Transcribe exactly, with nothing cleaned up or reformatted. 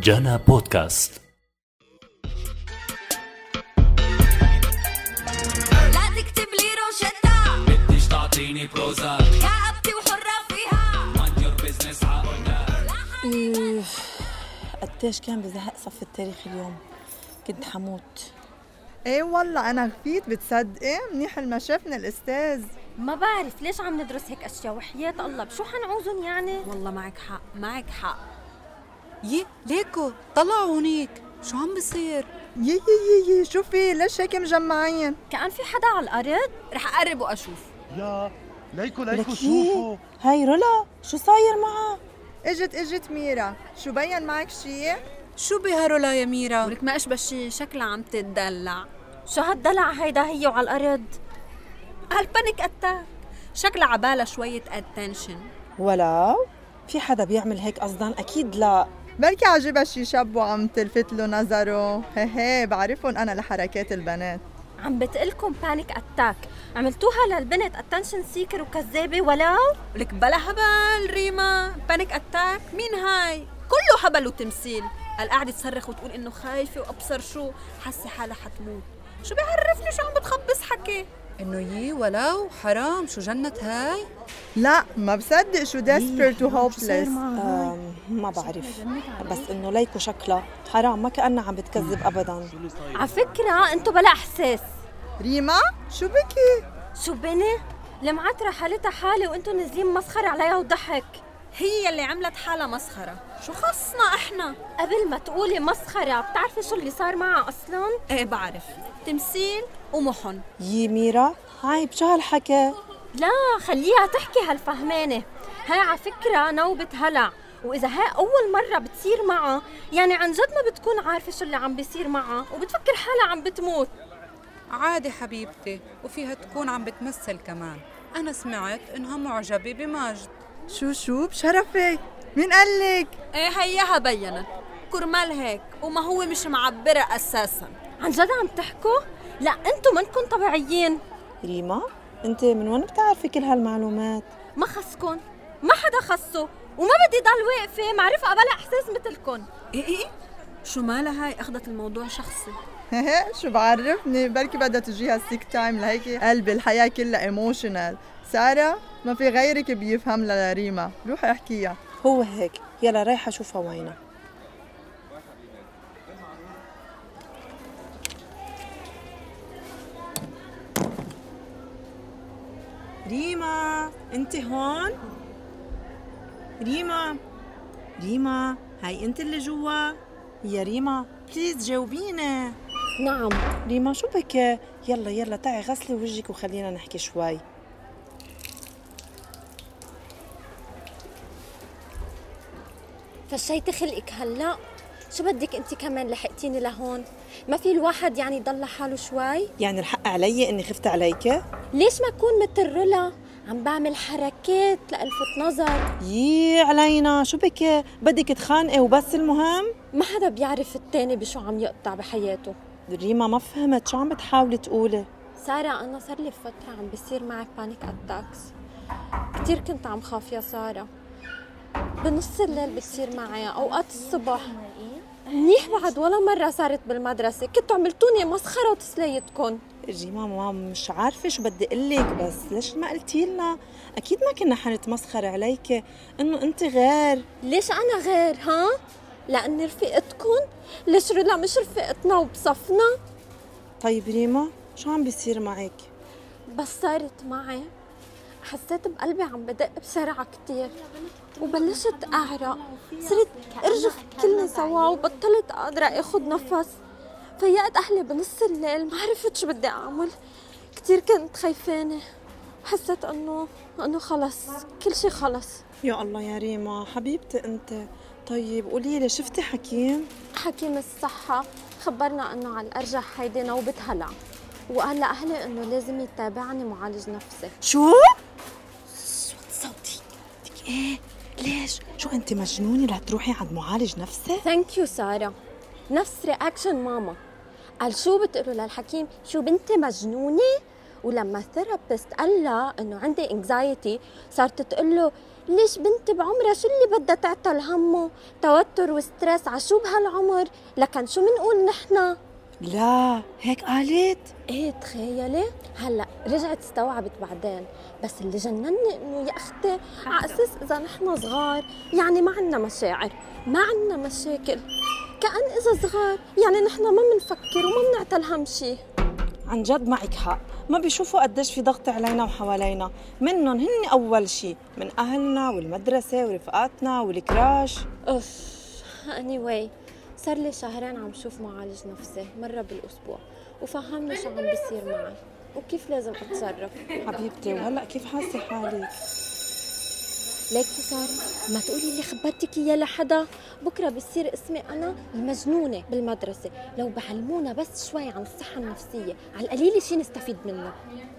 جانا بودكاست. لا تكتب لي روشتة، بديش تعطيني بروزات، كعبتي وحرة فيها. mind your business عقولنا. قديش كان بزهق صف التاريخ اليوم، كنت حموت. ايه والله انا غفيت، بتصدقي منيح المشافنا الاستاذ. ما بعرف ليش عم ندرس هيك اشياء، وحياة الله بشو حنعوزن يعني؟ والله معك حق معك حق. يي ليكو طلعوا هونيك، شو عم بصير؟ يي يي يي شو في؟ ليش هيك مجمعين؟ كان في حدا على الارض؟ رح اقرب واشوف. يا ليكو ليكو لك شوفوا إيه؟ هاي رولا شو صاير معها؟ اجت اجت ميرا، شو بين معك شي؟ شو بهارولا يا ميرا؟ ولك ما اشبه شي، شكلها عم تتدلع. شو هالدلع هيدا هي وعلى الارض؟ هالبانيك اتاك، شكلها عبالها شوية اتنشن. ولو في حدا بيعمل هيك قصداً؟ اكيد لا. بركي عجبها شي شاب وعم تلفت له نظره. هي هي بعرفهم انا لحركات البنات. عم بتقلكم بانيك اتاك، عملتوها للبنت اتنشن سيكر وكذابة ولو؟ ولك بلا هبل ريما، بانيك اتاك مين هاي؟ كله هبل وتمثيل. قال قاعدة تصرخ وتقول انه خايفة وابصر شو، حاسة حالها حتموت. شو بيعرفني شو عم بتخبص حكي؟ انه يي ولو حرام، شو جنت هاي؟ لا ما بصدق، شو desperate و hopeless. ما بعرف، بس انه ليكو شكلها حرام، ما كأنها عم بتكذب ابدا. على فكرة انتو بلا احساس. ريما شو بكي؟ شو بني؟ المعترة حالتها حالة وانتو نازلين مسخرة عليها وضحك. هي اللي عملت حالها مسخرة، شو خصنا احنا؟ قبل ما تقولي مسخرة، بتعرفي شو اللي صار معها اصلا؟ ايه بعرف، تمثيل ومحن. يي ميرا عيب شو هالحكي؟ لا خليها تحكي هالفهمانة. هاي على فكرة نوبة هلع، وإذا هاي أول مرة بتصير معها يعني عن جد ما بتكون عارفة شو اللي عم بيصير معها وبتفكر حالها عم بتموت. عادي حبيبتي، وفيها تكون عم بتمثل كمان. أنا سمعت إنها معجبة بماجد. شو شو بشرفك؟ مين قالك؟ ايه هيها بينت كرمال هيك، وما هو مش معبرة أساساً. عن جد عم تحكوا؟ لا انتو منكن طبيعيين. ريما انت من وين بتعرفي كل هالمعلومات؟ ما خصكن، ما حدا خصه، وما بدي ضل واقفة معرفة بلا إحساس مثلكن. ايه ايه شو مالها هاي، أخذت الموضوع شخصي. هي شو بعرفني، بركي بدها تجيها سيك تايم لهيك قلب الحياة كلها ايموشنال. سارة ما في غيرك بيفهم لريما، روحي احكيها. هو هيك، يلا رايحة اشوفها وينها. ريما انت هون؟ ريما ريما هاي انت اللي جوا؟ يا ريما بليز جاوبينا. نعم. ريما شو بك؟ يلا يلا تعي غسلي وجهك وخلينا نحكي شوي. فشيت خلقك هلا؟ شو بدك انت كمان لحقتيني لهون؟ ما في الواحد يعني يضل لحاله شوي؟ يعني الحق علي اني خفت عليك؟ ليش ما اكون مثل رولا عم بعمل حركات لألفت نظر؟ يي علينا شو بك؟ بدك تخانقي وبس المهم؟ ما حدا بيعرف التاني بشو عم يقطع بحياته. ريما ما فهمت شو عم بتحاولي تقولي؟ سارة أنا صار لي فترة عم بيصير معك بانيك أتاكس، كتير كنت عم خاف يا سارة. بنص الليل بتصير معي، أوقات الصبح. منيح بعد ولا مرة صارت بالمدرسة، كنتوا عملتوني مسخرة وتسليتكن. ريما ما مش عارفة شو بدي قلك، بس ليش ما قلتي لنا؟ أكيد ما كنا حنتمسخر عليك، إنه أنت غير. ليش أنا غير ها؟ لأني رفيقتكن؟ ليش رولا مش رفيقتنا وبصفنا؟ طيب ريما شو عم بيصير معك؟ بس صارت معي حسيت بقلبي عم بدق بسرعة كتير، وبلشت أعرق، صرت أرجف كلنا سوا وبطلت قادرة أخد نفس. فيقت أهلي بنص الليل، ما عرفت شو بدي أعمل، كتير كنت خايفانة. حسيت أنه أنه خلص كل شي خلص. يا الله يا ريما حبيبتي أنت. طيب قولي لي شفتي حكيم؟ حكيم الصحة خبرنا أنه على الأرجح هيدي نوبة هلع، وقال لأهلي أنه لازم يتابعني معالج نفسي. شو؟ صوت صوتي بدك إيه؟ ليش؟ شو أنت مجنونة رح تروحي عند معالج نفسي؟ ثانك يو سارة، نفس رياكشن ماما. قال شو بتقولوا للحكيم؟ شو بنتي مجنونة؟ ولما الثيرابيست قال لها انه عندي انكزايتي صارت تقول له ليش بنت بعمرها شو اللي بدها تعتل همه؟ توتر وستريس عشو بهالعمر؟ لكن شو منقول نحنا؟ لا هيك قالت؟ ايه تخيلي هلا رجعت استوعبت بعدين، بس اللي جنني انه يا اختي على اساس اذا نحن صغار يعني ما عنا مشاعر، ما عنا مشاكل، كأن اذا صغار يعني نحن ما بنفكر وما بنعتل هم شيء. عن جد معك حق، ما بيشوفوا قديش في ضغط علينا وحوالينا، منهم هن اول شيء، من اهلنا والمدرسه ورفقاتنا والكراش. اوف anyway صار لي شهرين عم شوف معالج نفسي مرة بالأسبوع، وفهمني شو عم بيصير معي وكيف لازم أتصرف. حبيبتي وهلأ كيف حاسة حالك؟ ليكي سارة ما تقولي اللي خبرتك إياه لحدا، بكرة بصير اسمي أنا المجنونة بالمدرسة، لو بعلمونا بس شوي عن الصحة النفسية على القليل شي نستفيد منه.